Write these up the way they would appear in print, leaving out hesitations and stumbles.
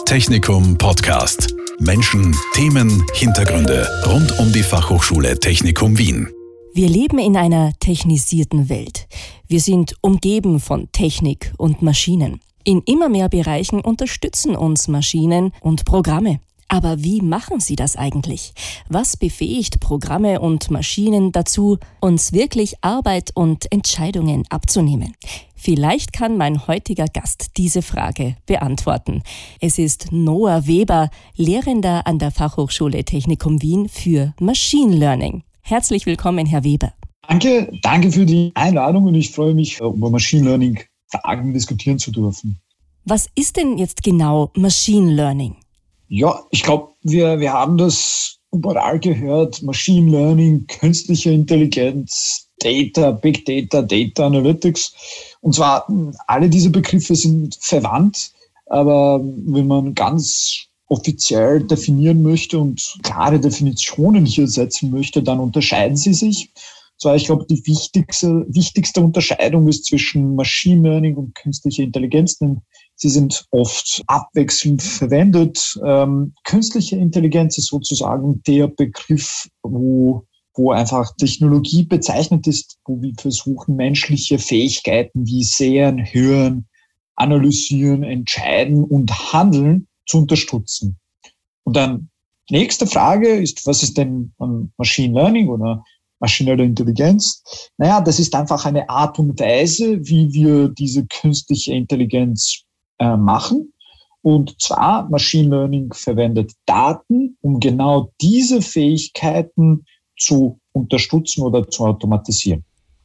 Technikum Podcast. Menschen, Themen, Hintergründe rund um die Fachhochschule Technikum Wien. Wir leben in einer technisierten Welt. Wir sind umgeben von Technik und Maschinen. In immer mehr Bereichen unterstützen uns Maschinen und Programme. Aber wie machen sie das eigentlich? Was befähigt Programme und Maschinen dazu, uns wirklich Arbeit und Entscheidungen abzunehmen? Vielleicht kann mein heutiger Gast diese Frage beantworten. Es ist Noah Weber, Lehrender an der Fachhochschule Technikum Wien für Machine Learning. Herzlich willkommen, Herr Weber. Danke für die Einladung und ich freue mich, über Machine Learning Fragen diskutieren zu dürfen. Was ist denn jetzt genau Machine Learning? Ja, ich glaube, wir haben das überall gehört. Machine Learning, künstliche Intelligenz, Data, Big Data, Data Analytics. Und zwar, alle diese Begriffe sind verwandt, aber wenn man ganz offiziell definieren möchte und klare Definitionen hier setzen möchte, dann unterscheiden sie sich. Zwar, ich glaube, die wichtigste Unterscheidung ist zwischen Machine Learning und künstlicher Intelligenz, denn sie sind oft abwechselnd verwendet. Künstliche Intelligenz ist sozusagen der Begriff, wo einfach Technologie bezeichnet ist, wo wir versuchen, menschliche Fähigkeiten wie Sehen, Hören, Analysieren, Entscheiden und Handeln zu unterstützen. Und dann nächste Frage ist, was ist denn Machine Learning oder maschinelle Intelligenz? Naja, das ist einfach eine Art und Weise, wie wir diese künstliche Intelligenz machen. Und zwar, Machine Learning verwendet Daten, um genau diese Fähigkeiten zu unterstützen oder zu automatisieren.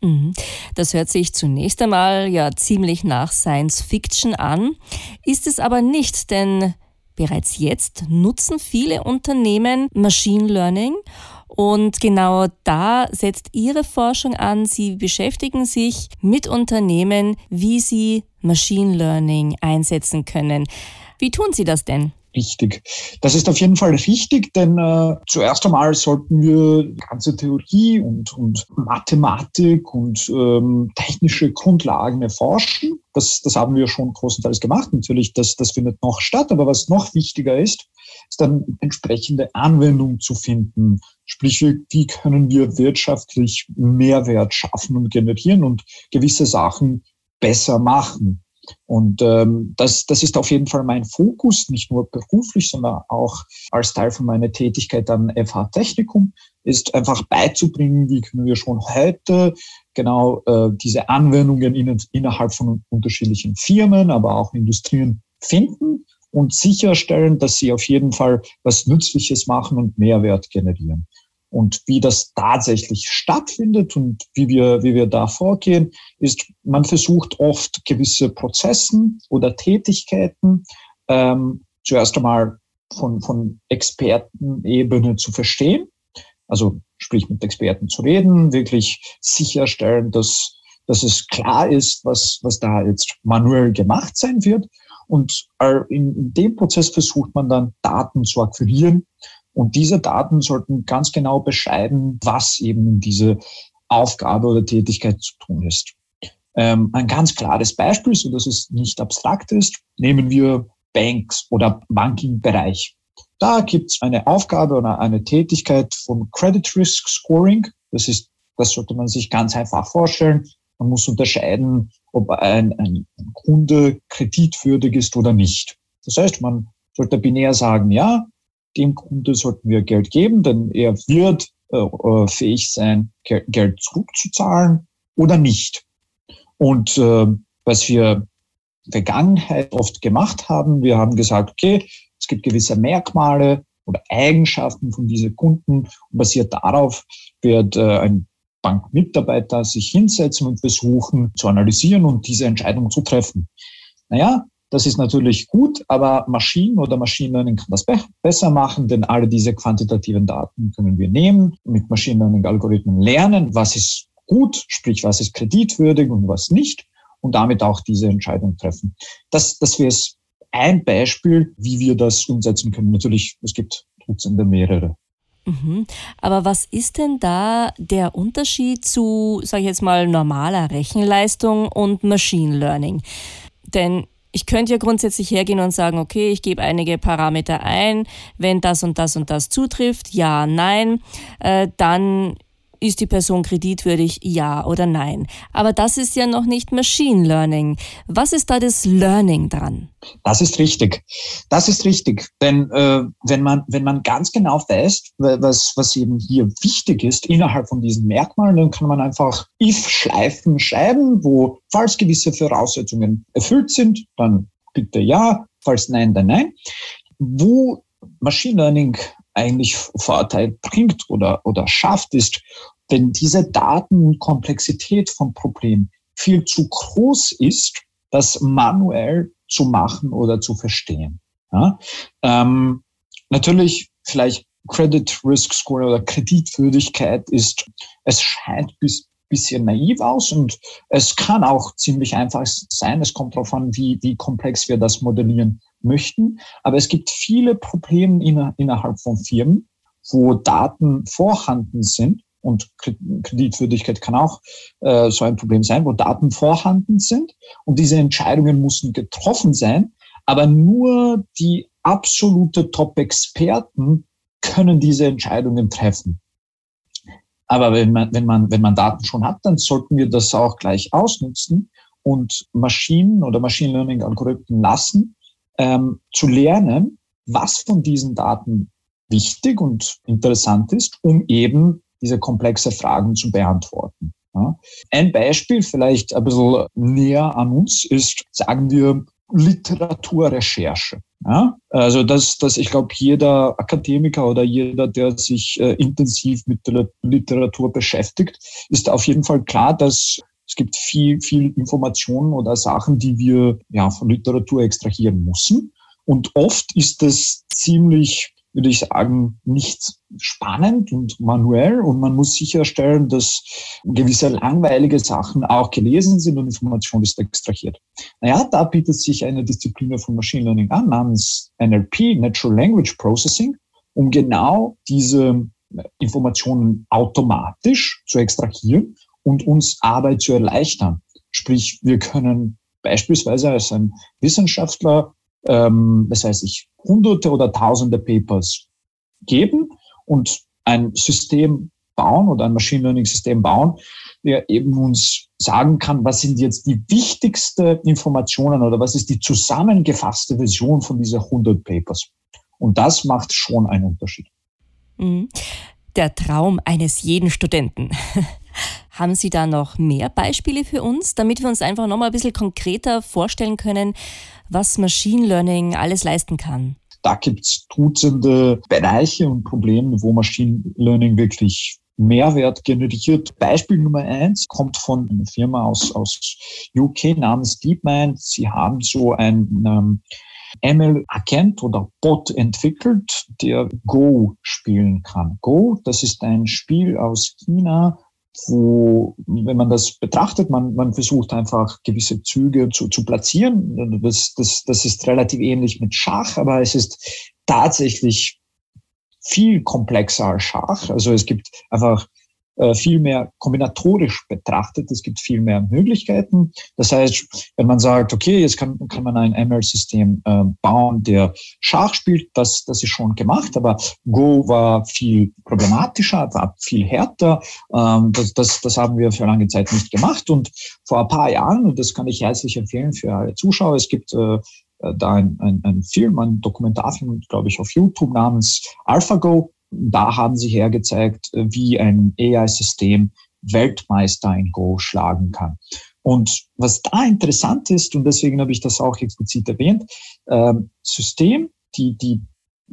Das hört sich zunächst einmal ja ziemlich nach Science Fiction an, ist es aber nicht, denn bereits jetzt nutzen viele Unternehmen Machine Learning und genau da setzt Ihre Forschung an. Sie beschäftigen sich mit Unternehmen, wie sie Machine Learning einsetzen können. Wie tun Sie das denn? Richtig. Das ist auf jeden Fall richtig, denn zuerst einmal sollten wir die ganze Theorie und Mathematik und technische Grundlagen erforschen. Das haben wir schon großenteils gemacht. Natürlich, das findet noch statt. Aber was noch wichtiger ist dann entsprechende Anwendung zu finden. Sprich, wie können wir wirtschaftlich Mehrwert schaffen und generieren und gewisse Sachen besser machen. Und das ist auf jeden Fall mein Fokus, nicht nur beruflich, sondern auch als Teil von meiner Tätigkeit am FH Technikum, ist einfach beizubringen, wie können wir schon heute genau diese Anwendungen innerhalb von unterschiedlichen Firmen, aber auch Industrien finden und sicherstellen, dass sie auf jeden Fall was Nützliches machen und Mehrwert generieren. Und wie das tatsächlich stattfindet und wie wir da vorgehen, ist, man versucht oft gewisse Prozessen oder Tätigkeiten zuerst einmal von Expertenebene zu verstehen. Also sprich mit Experten zu reden, wirklich sicherstellen, dass es klar ist, was da jetzt manuell gemacht sein wird. Und in dem Prozess versucht man dann Daten zu akquirieren. Und diese Daten sollten ganz genau beschreiben, was eben diese Aufgabe oder Tätigkeit zu tun ist. Ein ganz klares Beispiel, so dass es nicht abstrakt ist, nehmen wir Banks oder Banking-Bereich. Da gibt es eine Aufgabe oder eine Tätigkeit von Credit Risk Scoring. Das sollte man sich ganz einfach vorstellen. Man muss unterscheiden, ob ein Kunde kreditwürdig ist oder nicht. Das heißt, man sollte binär sagen, ja, dem Kunde sollten wir Geld geben, denn er wird fähig sein, Geld zurückzuzahlen oder nicht. Und was wir in der Vergangenheit oft gemacht haben, wir haben gesagt, okay, es gibt gewisse Merkmale oder Eigenschaften von diesen Kunden und basiert darauf wird ein Bankmitarbeiter sich hinsetzen und versuchen zu analysieren und diese Entscheidung zu treffen. Naja, das ist natürlich gut, aber Machine Learning kann das besser machen, denn alle diese quantitativen Daten können wir nehmen, mit Machine Learning Algorithmen lernen, was ist gut, sprich was ist kreditwürdig und was nicht und damit auch diese Entscheidung treffen. Das wäre ein Beispiel, wie wir das umsetzen können. Natürlich, es gibt Dutzende mehrere. Aber was ist denn da der Unterschied zu, sage ich jetzt mal, normaler Rechenleistung und Machine Learning? Denn Ich könnte ja grundsätzlich hergehen und sagen, okay, ich gebe einige Parameter ein, wenn das und das und das zutrifft, ja, nein, dann ist die Person kreditwürdig, ja oder nein. Aber das ist ja noch nicht Machine Learning. Was ist da das Learning dran? Das ist richtig. Das ist richtig. Denn wenn man ganz genau weiß, was eben hier wichtig ist innerhalb von diesen Merkmalen, dann kann man einfach if-Schleifen schreiben, wo falls gewisse Voraussetzungen erfüllt sind, dann bitte ja, falls nein, dann nein. Wo Machine Learning eigentlich Vorteil bringt oder schafft, ist, wenn diese Datenkomplexität vom Problem viel zu groß ist, das manuell zu machen oder zu verstehen. Ja? Natürlich vielleicht Credit Risk Score oder Kreditwürdigkeit ist, es scheint bisschen naiv aus und es kann auch ziemlich einfach sein. Es kommt darauf an, wie komplex wir das modellieren möchten. Aber es gibt viele Probleme innerhalb von Firmen, wo Daten vorhanden sind und Kreditwürdigkeit kann auch so ein Problem sein, wo Daten vorhanden sind und diese Entscheidungen müssen getroffen sein, aber nur die absolute Top-Experten können diese Entscheidungen treffen. Aber wenn man Daten schon hat, dann sollten wir das auch gleich ausnutzen und Maschinen oder Machine Learning Algorithmen lassen, zu lernen, was von diesen Daten wichtig und interessant ist, um eben diese komplexe Fragen zu beantworten. Ja. Ein Beispiel vielleicht ein bisschen näher an uns ist, sagen wir, Literaturrecherche. Ja. Also ich glaube, jeder Akademiker oder jeder, der sich intensiv mit der Literatur beschäftigt, ist auf jeden Fall klar, dass es gibt viel Informationen oder Sachen, die wir von Literatur extrahieren müssen. Und oft ist es ziemlich, würde ich sagen, nicht spannend und manuell. Und man muss sicherstellen, dass gewisse langweilige Sachen auch gelesen sind und Information ist extrahiert. Da bietet sich eine Disziplin von Machine Learning an, namens NLP, Natural Language Processing, um genau diese Informationen automatisch zu extrahieren und uns Arbeit zu erleichtern. Sprich, wir können beispielsweise als ein Wissenschaftler, Hunderte oder Tausende Papers geben und ein System bauen oder ein Machine Learning System bauen, der eben uns sagen kann, was sind jetzt die wichtigsten Informationen oder was ist die zusammengefasste Version von dieser 100 Papers. Und das macht schon einen Unterschied. Der Traum eines jeden Studenten. Haben Sie da noch mehr Beispiele für uns, damit wir uns einfach noch mal ein bisschen konkreter vorstellen können, was Machine Learning alles leisten kann? Da gibt es Dutzende Bereiche und Probleme, wo Machine Learning wirklich Mehrwert generiert. Beispiel Nummer 1 kommt von einer Firma aus UK namens DeepMind. Sie haben so ein ML-Agent oder Bot entwickelt, der Go spielen kann. Go, das ist ein Spiel aus China, wo, wenn man das betrachtet, man versucht einfach gewisse Züge zu platzieren. Das ist relativ ähnlich mit Schach, aber es ist tatsächlich viel komplexer als Schach. Also es gibt einfach viel mehr kombinatorisch betrachtet. Es gibt viel mehr Möglichkeiten. Das heißt, wenn man sagt, okay, jetzt kann man ein ML-System bauen, der Schach spielt, das ist schon gemacht, aber Go war viel problematischer, war viel härter. Das haben wir für lange Zeit nicht gemacht. Und vor ein paar Jahren, und das kann ich herzlich empfehlen für alle Zuschauer, es gibt da ein Film, ein Dokumentarfilm, glaube ich, auf YouTube namens AlphaGo. Da haben sie hergezeigt, wie ein AI-System Weltmeister in Go schlagen kann. Und was da interessant ist, und deswegen habe ich das auch explizit erwähnt, System, die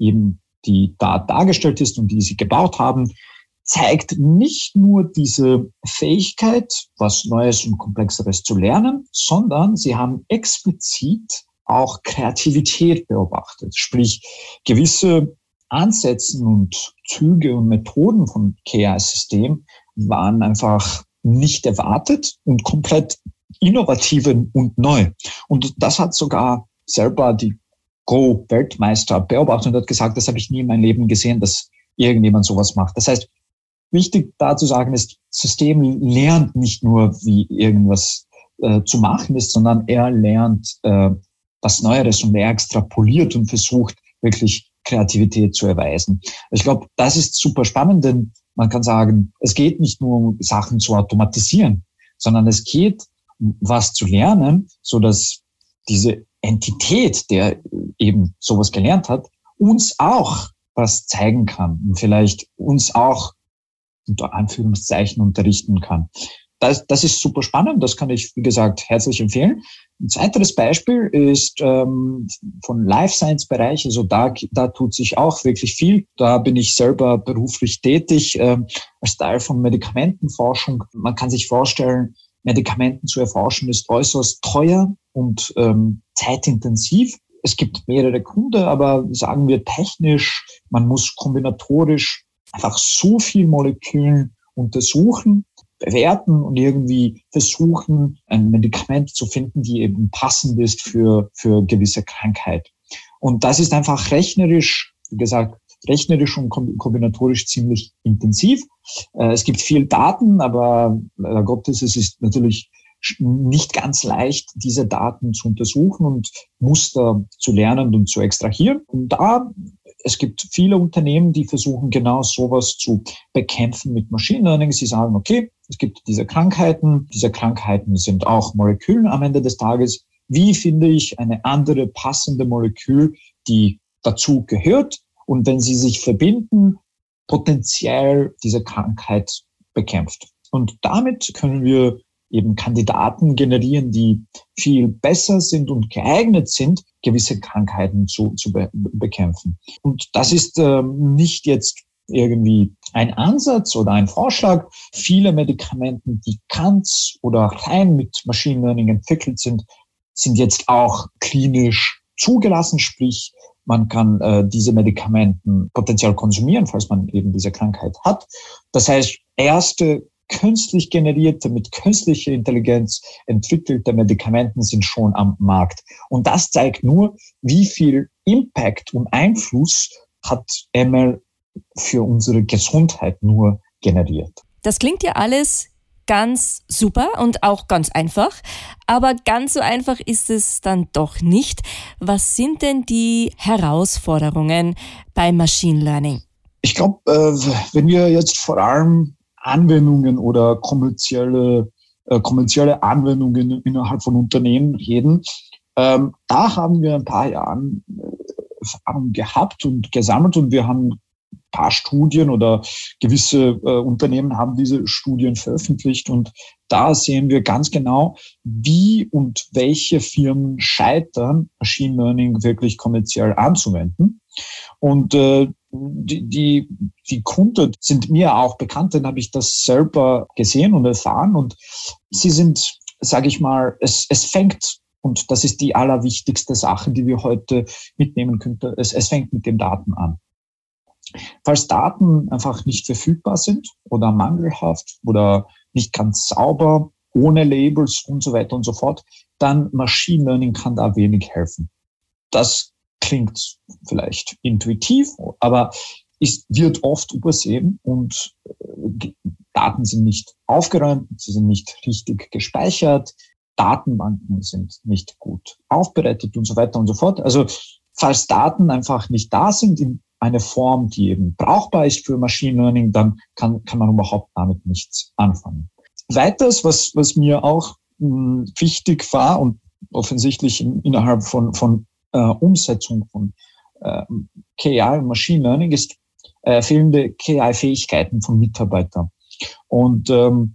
da dargestellt ist und die sie gebaut haben, zeigt nicht nur diese Fähigkeit, was Neues und Komplexeres zu lernen, sondern sie haben explizit auch Kreativität beobachtet. Sprich, gewisse Ansätzen und Züge und Methoden von KI-System waren einfach nicht erwartet und komplett innovativ und neu. Und das hat sogar selber die Go-Weltmeister beobachtet und hat gesagt, das habe ich nie in meinem Leben gesehen, dass irgendjemand sowas macht. Das heißt, wichtig da zu sagen ist, System lernt nicht nur, wie irgendwas zu machen ist, sondern er lernt was Neueres und er extrapoliert und versucht, wirklich Kreativität zu erweisen. Ich glaube, das ist super spannend, denn man kann sagen, es geht nicht nur um Sachen zu automatisieren, sondern es geht um was zu lernen, so dass diese Entität, der eben sowas gelernt hat, uns auch was zeigen kann und vielleicht uns auch unter Anführungszeichen unterrichten kann. Das ist super spannend, das kann ich, wie gesagt, herzlich empfehlen. Ein weiteres Beispiel ist von Life Science Bereich, also da tut sich auch wirklich viel. Da bin ich selber beruflich tätig als Teil von Medikamentenforschung. Man kann sich vorstellen, Medikamenten zu erforschen ist äußerst teuer und zeitintensiv. Es gibt mehrere Kunden, aber sagen wir technisch, man muss kombinatorisch einfach so viel Molekülen untersuchen, bewerten und irgendwie versuchen, ein Medikament zu finden, die eben passend ist für gewisse Krankheit. Und das ist einfach rechnerisch, wie gesagt, rechnerisch und kombinatorisch ziemlich intensiv. Es gibt viel Daten, aber leider Gottes, es ist natürlich nicht ganz leicht, diese Daten zu untersuchen und Muster zu lernen und zu extrahieren. Und es gibt viele Unternehmen, die versuchen genau sowas zu bekämpfen mit Machine Learning. Sie sagen, okay, es gibt diese Krankheiten sind auch Moleküle am Ende des Tages. Wie finde ich eine andere passende Molekül, die dazu gehört und wenn sie sich verbinden, potenziell diese Krankheit bekämpft. Und damit können wir eben Kandidaten generieren, die viel besser sind und geeignet sind, gewisse Krankheiten zu bekämpfen. Und das ist nicht jetzt irgendwie ein Ansatz oder ein Vorschlag. Viele Medikamente, die ganz oder rein mit Machine Learning entwickelt sind, sind jetzt auch klinisch zugelassen, sprich, man kann diese Medikamenten potenziell konsumieren, falls man eben diese Krankheit hat. Das heißt, erste künstlich generierte, mit künstlicher Intelligenz entwickelte Medikamenten sind schon am Markt. Und das zeigt nur, wie viel Impact und Einfluss hat ML für unsere Gesundheit nur generiert. Das klingt ja alles ganz super und auch ganz einfach, aber ganz so einfach ist es dann doch nicht. Was sind denn die Herausforderungen beim Machine Learning? Ich glaube, wenn wir jetzt vor allem Anwendungen oder kommerzielle Anwendungen innerhalb von Unternehmen reden, da haben wir ein paar Jahren Erfahrung gehabt und gesammelt und wir haben ein paar Studien oder gewisse Unternehmen haben diese Studien veröffentlicht und da sehen wir ganz genau, wie und welche Firmen scheitern, Machine Learning wirklich kommerziell anzuwenden. Und die Kunden sind mir auch bekannt, dann habe ich das selber gesehen und erfahren und sie sind, sage ich mal, es fängt, und das ist die allerwichtigste Sache, die wir heute mitnehmen könnten, es fängt mit den Daten an. Falls Daten einfach nicht verfügbar sind oder mangelhaft oder nicht ganz sauber, ohne Labels und so weiter und so fort, dann Machine Learning kann da wenig helfen. Das klingt vielleicht intuitiv, aber es wird oft übersehen und Daten sind nicht aufgeräumt, sie sind nicht richtig gespeichert, Datenbanken sind nicht gut aufbereitet und so weiter und so fort. Also falls Daten einfach nicht da sind in einer Form, die eben brauchbar ist für Machine Learning, dann kann man überhaupt damit nichts anfangen. Weiters, was mir auch wichtig war und offensichtlich innerhalb von Umsetzung von KI und Machine Learning ist fehlende KI-Fähigkeiten von Mitarbeitern. Und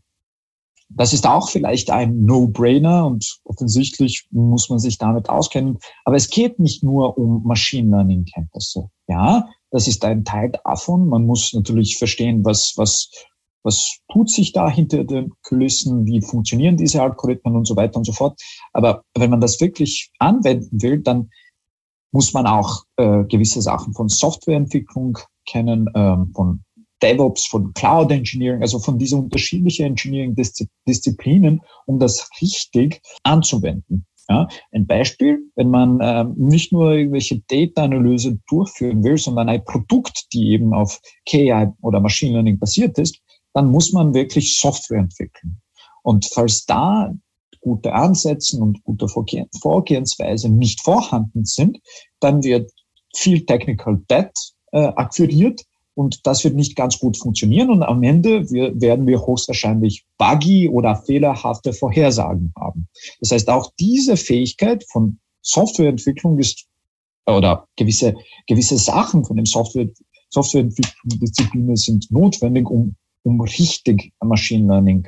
das ist auch vielleicht ein No-Brainer und offensichtlich muss man sich damit auskennen. Aber es geht nicht nur um Machine Learning-Kenntnisse. Ja, das ist ein Teil davon. Man muss natürlich verstehen, was tut sich da hinter den Kulissen, wie funktionieren diese Algorithmen und so weiter und so fort. Aber wenn man das wirklich anwenden will, dann muss man auch gewisse Sachen von Softwareentwicklung kennen, von DevOps, von Cloud Engineering, also von diesen unterschiedlichen Engineering-Disziplinen, um das richtig anzuwenden. Ja, ein Beispiel, wenn man nicht nur irgendwelche Data-Analyse durchführen will, sondern ein Produkt, die eben auf KI oder Machine Learning basiert ist, dann muss man wirklich Software entwickeln. Und falls da gute Ansätze und gute Vorgehensweise nicht vorhanden sind, dann wird viel Technical Debt akquiriert und das wird nicht ganz gut funktionieren und am Ende werden wir höchstwahrscheinlich buggy oder fehlerhafte Vorhersagen haben. Das heißt, auch diese Fähigkeit von Softwareentwicklung ist oder gewisse Sachen von dem Softwareentwicklungsdisziplinen sind notwendig, um richtig Machine Learning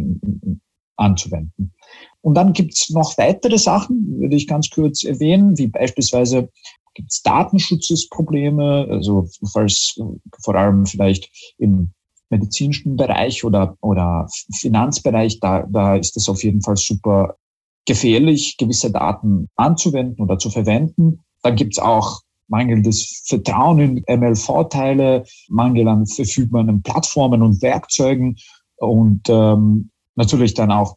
anzuwenden. Und dann gibt es noch weitere Sachen, würde ich ganz kurz erwähnen, wie beispielsweise gibt es Datenschutzprobleme, also vor allem vielleicht im medizinischen Bereich oder Finanzbereich, da ist es auf jeden Fall super gefährlich, gewisse Daten anzuwenden oder zu verwenden. Dann gibt es auch mangelndes Vertrauen in ML-Vorteile, Mangel an verfügbaren Plattformen und Werkzeugen und natürlich dann auch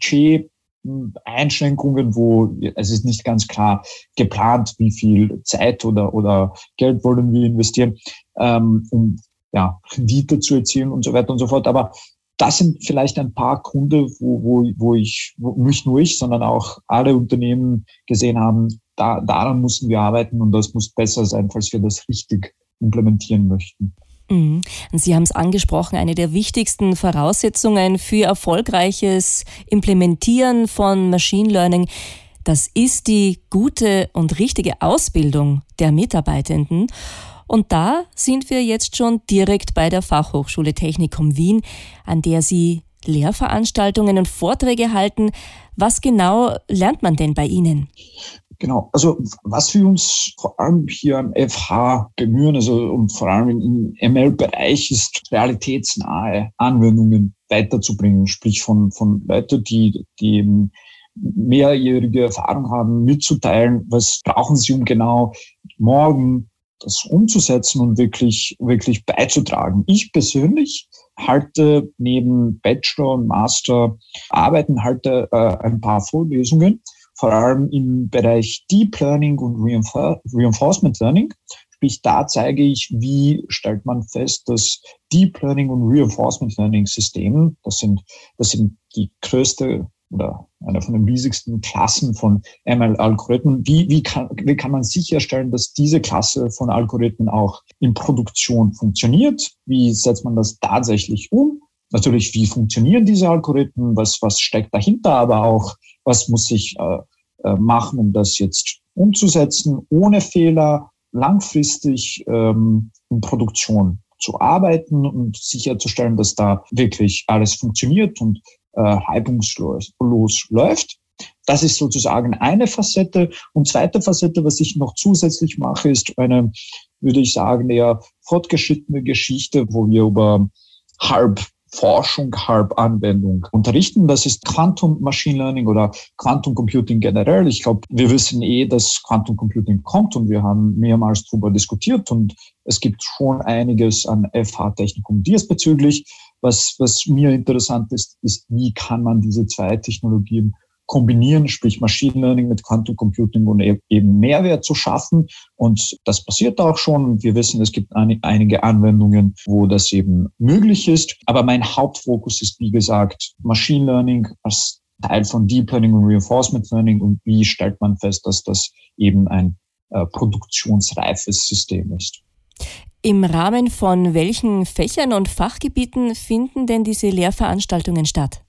Budget-Einschränkungen, wo es ist nicht ganz klar geplant, wie viel Zeit oder Geld wollen wir investieren, um Rendite zu erzielen und so weiter und so fort. Aber das sind vielleicht ein paar Gründe, wo nicht nur ich, sondern auch alle Unternehmen gesehen haben, daran müssen wir arbeiten und das muss besser sein, falls wir das richtig implementieren möchten. Und Sie haben es angesprochen, eine der wichtigsten Voraussetzungen für erfolgreiches Implementieren von Machine Learning, das ist die gute und richtige Ausbildung der Mitarbeitenden. Und da sind wir jetzt schon direkt bei der Fachhochschule Technikum Wien, an der Sie Lehrveranstaltungen und Vorträge halten. Was genau lernt man denn bei Ihnen? Genau, also was wir uns vor allem hier am FH bemühen, also und vor allem im ML-Bereich, ist realitätsnahe Anwendungen weiterzubringen, sprich von Leuten, die mehrjährige Erfahrung haben, mitzuteilen, was brauchen sie, um genau morgen das umzusetzen und wirklich beizutragen. Ich persönlich halte neben Bachelor und Master Arbeiten ein paar Vorlesungen, vor allem im Bereich Deep Learning und Reinforcement Learning. Sprich, da zeige ich, wie stellt man fest, dass Deep Learning und Reinforcement Learning Systeme, das sind die größte oder eine von den riesigsten Klassen von ML-Algorithmen. Wie kann man sicherstellen, dass diese Klasse von Algorithmen auch in Produktion funktioniert? Wie setzt man das tatsächlich um? Natürlich, wie funktionieren diese Algorithmen? Was steckt dahinter? Aber auch, was muss ich machen, um das jetzt umzusetzen, ohne Fehler, langfristig in Produktion zu arbeiten und sicherzustellen, dass da wirklich alles funktioniert und reibungslos läuft. Das ist sozusagen eine Facette. Und zweite Facette, was ich noch zusätzlich mache, ist eine, würde ich sagen, eher fortgeschrittene Geschichte, wo wir über halb Forschung, halb Anwendung unterrichten. Das ist Quantum Machine Learning oder Quantum Computing generell. Ich glaube, wir wissen dass Quantum Computing kommt und wir haben mehrmals darüber diskutiert und es gibt schon einiges an FH-Technikum diesbezüglich. Was mir interessant ist, wie kann man diese zwei Technologien kombinieren, sprich Machine Learning mit Quantum Computing und eben Mehrwert zu schaffen. Und das passiert auch schon. Wir wissen, es gibt einige Anwendungen, wo das eben möglich ist. Aber mein Hauptfokus ist, wie gesagt, Machine Learning als Teil von Deep Learning und Reinforcement Learning und wie stellt man fest, dass das eben ein produktionsreifes System ist. Im Rahmen von welchen Fächern und Fachgebieten finden denn diese Lehrveranstaltungen statt?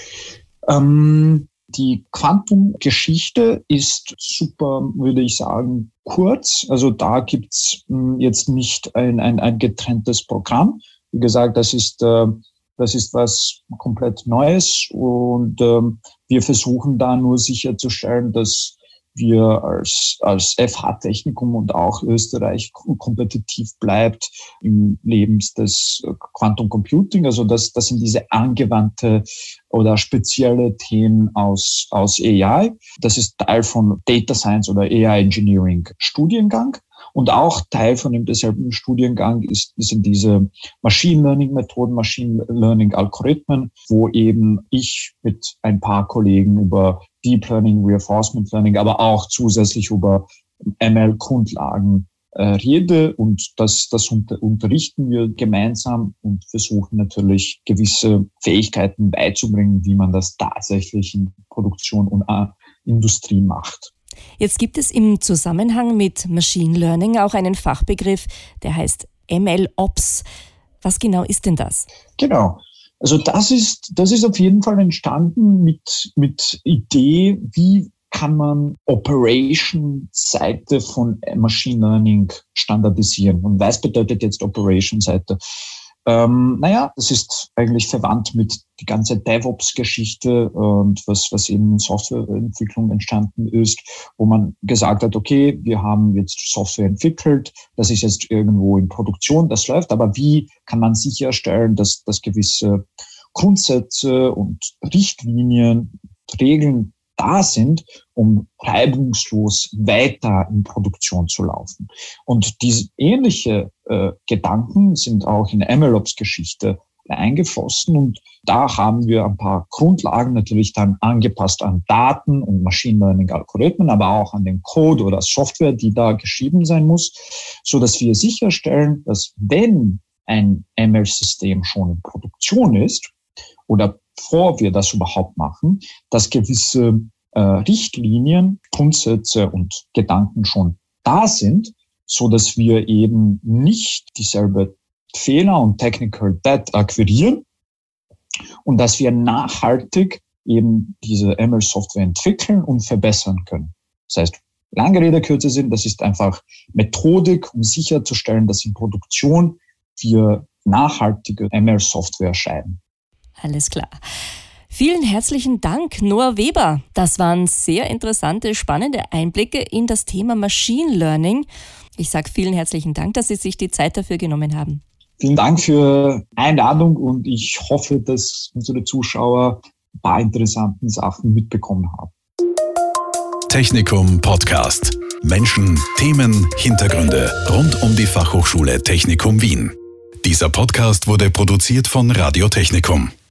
Die Quantum-Geschichte ist super, würde ich sagen, kurz. Also da gibt's jetzt nicht ein getrenntes Programm. Wie gesagt, das ist was komplett Neues und wir versuchen da nur sicherzustellen, dass wir als FH-Technikum und auch Österreich kompetitiv bleibt im Leben des Quantum Computing. Also das sind diese angewandte oder spezielle Themen aus AI. Das ist Teil von Data Science oder AI Engineering Studiengang. Und auch Teil von demselben Studiengang sind diese Machine Learning Methoden, Machine Learning Algorithmen, wo eben ich mit ein paar Kollegen über Deep Learning, Reinforcement Learning, aber auch zusätzlich über ML-Grundlagen rede und das unterrichten wir gemeinsam und versuchen natürlich gewisse Fähigkeiten beizubringen, wie man das tatsächlich in Produktion und Industrie macht. Jetzt gibt es im Zusammenhang mit Machine Learning auch einen Fachbegriff, der heißt MLOps. Was genau ist denn das? Genau. Also das ist auf jeden Fall entstanden mit Idee, wie kann man Operation-Seite von Machine Learning standardisieren. Und was bedeutet jetzt Operation-Seite? Das ist eigentlich verwandt mit die ganze DevOps-Geschichte und was eben in Softwareentwicklung entstanden ist, wo man gesagt hat, okay, wir haben jetzt Software entwickelt, das ist jetzt irgendwo in Produktion, das läuft, aber wie kann man sicherstellen, dass gewisse Grundsätze und Richtlinien, Regeln da sind, um reibungslos weiter in Produktion zu laufen. Und diese ähnliche Gedanken sind auch in MLOps Geschichte eingeflossen und da haben wir ein paar Grundlagen natürlich dann angepasst an Daten und Machine Learning Algorithmen, aber auch an den Code oder Software, die da geschrieben sein muss, so dass wir sicherstellen, dass wenn ein ML-System schon in Produktion ist oder bevor wir das überhaupt machen, dass gewisse Richtlinien, Grundsätze und Gedanken schon da sind, so dass wir eben nicht dieselbe Fehler und Technical Debt akquirieren und dass wir nachhaltig eben diese ML-Software entwickeln und verbessern können. Das heißt, lange Rede, kurzer Sinn, das ist einfach Methodik, um sicherzustellen, dass in Produktion wir nachhaltige ML-Software schreiben. Alles klar. Vielen herzlichen Dank, Noah Weber. Das waren sehr interessante, spannende Einblicke in das Thema Machine Learning. Ich sage vielen herzlichen Dank, dass Sie sich die Zeit dafür genommen haben. Vielen Dank für die Einladung und ich hoffe, dass unsere Zuschauer ein paar interessante Sachen mitbekommen haben. Technikum Podcast. Menschen, Themen, Hintergründe rund um die Fachhochschule Technikum Wien. Dieser Podcast wurde produziert von Radio Technikum.